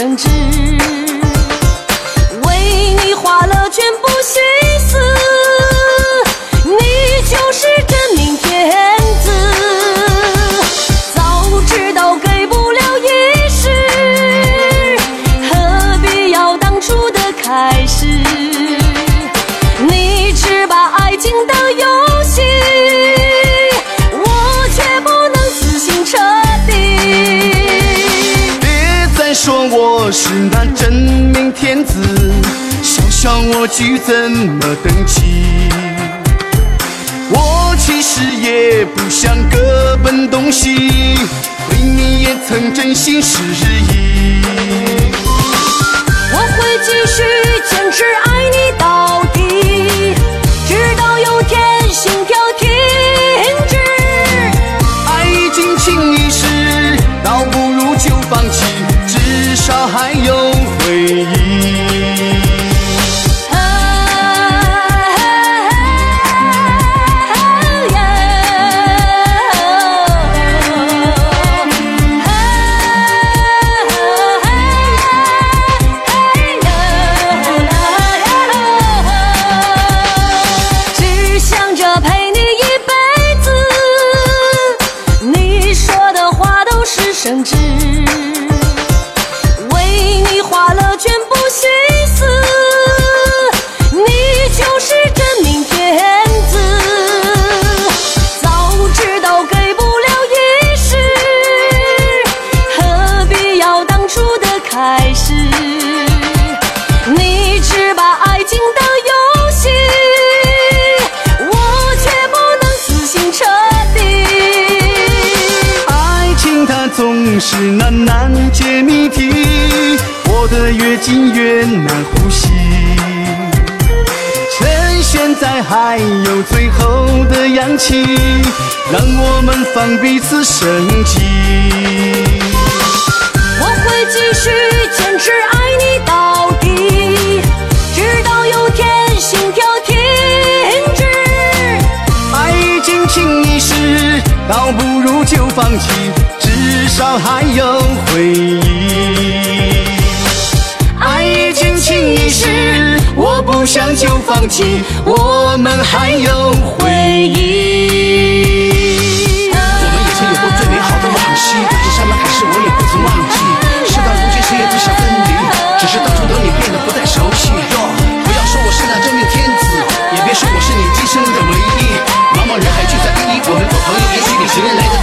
生智，为你花了全部心思，你就是真命天子。早知道给不了一世，何必要当初的开始？你只把爱情当游戏，我却不能死心彻底。 别再说我是那真命天子，笑笑我句怎么登基？我其实也不想各奔东西，对你也曾真心实意。 我会继续坚持爱你到底，直到有天心跳停止。 爱已经轻易时，倒不如就放弃，至少还有回忆。生智，为你花了全部心思，你就是真命天子。早知道给不了一世，何必要当初的开始？你只把爱情当游戏，我却不能死心彻底。 它总是那难解谜题，握得越紧越难呼吸。趁现在还有最后的氧气，让我们放彼此生机。 我会继续坚持爱你到底，直到有天心跳停止。 爱已经轻易时，倒不如就放弃，至少还有回忆。爱已经轻易时，我不想就放弃，我们还有回忆。 我们以前有过最美好的往昔，是山盟海誓我也不曾忘记。事到如今谁也不想分离，只是当初的你变得不再熟悉。不要说我是那真命天子，也别说我是你今生的唯一。茫茫人海聚在一起，我们做朋友，也许你情人来的